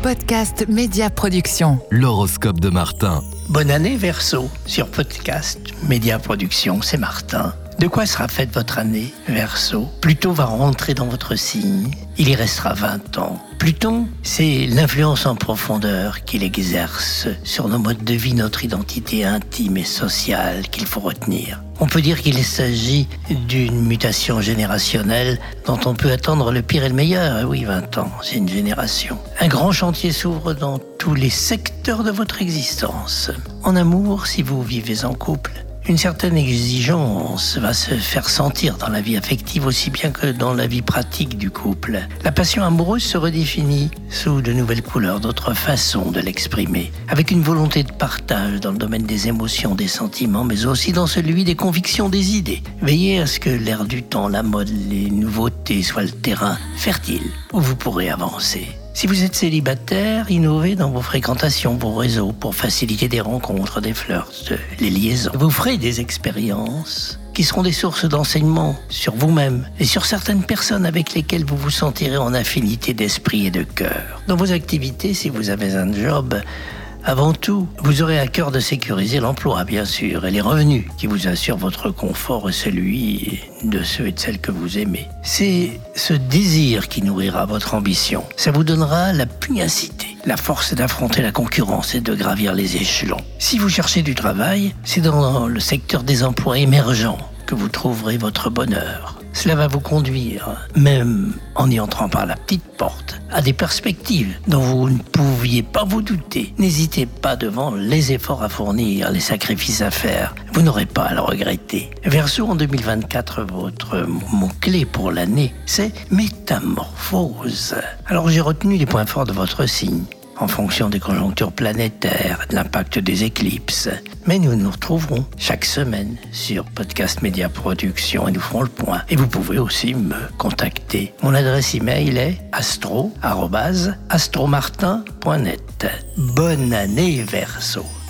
Podcast Média Production. L'horoscope de Martin. Bonne année Verseau, sur Podcast Média Production, c'est Martin. De quoi sera faite votre année, Verseau? Pluton va rentrer dans votre signe, il y restera 20 ans. Pluton, c'est l'influence en profondeur qu'il exerce sur nos modes de vie, notre identité intime et sociale qu'il faut retenir. On peut dire qu'il s'agit d'une mutation générationnelle dont on peut attendre le pire et le meilleur. Oui, 20 ans, c'est une génération. Un grand chantier s'ouvre dans tous les secteurs de votre existence. En amour, si vous vivez en couple, une certaine exigence va se faire sentir dans la vie affective aussi bien que dans la vie pratique du couple. La passion amoureuse se redéfinit sous de nouvelles couleurs, d'autres façons de l'exprimer, avec une volonté de partage dans le domaine des émotions, des sentiments, mais aussi dans celui des convictions, des idées. Veillez à ce que l'air du temps, la mode, les nouveautés soient le terrain fertile où vous pourrez avancer. Si vous êtes célibataire, innovez dans vos fréquentations, vos réseaux, pour faciliter des rencontres, des flirts, les liaisons. Vous ferez des expériences qui seront des sources d'enseignement sur vous-même et sur certaines personnes avec lesquelles vous vous sentirez en affinité d'esprit et de cœur. Dans vos activités, si vous avez un job, avant tout, vous aurez à cœur de sécuriser l'emploi, bien sûr, et les revenus qui vous assurent votre confort et celui de ceux et de celles que vous aimez. C'est ce désir qui nourrira votre ambition. Ça vous donnera la pugnacité, la force d'affronter la concurrence et de gravir les échelons. Si vous cherchez du travail, c'est dans le secteur des emplois émergents que vous trouverez votre bonheur. Cela va vous conduire, même en y entrant par la petite porte, à des perspectives dont vous ne pouviez pas vous douter. N'hésitez pas devant les efforts à fournir, les sacrifices à faire. Vous n'aurez pas à le regretter. Verseau, en 2024, votre mot-clé pour l'année, c'est métamorphose. Alors j'ai retenu les points forts de votre signe, en fonction des conjonctures planétaires, de l'impact des éclipses. Mais nous nous retrouverons chaque semaine sur Podcast Média Production et nous ferons le point. Et vous pouvez aussi me contacter. Mon adresse email est astro@astromartin.net. Bonne année Verseau.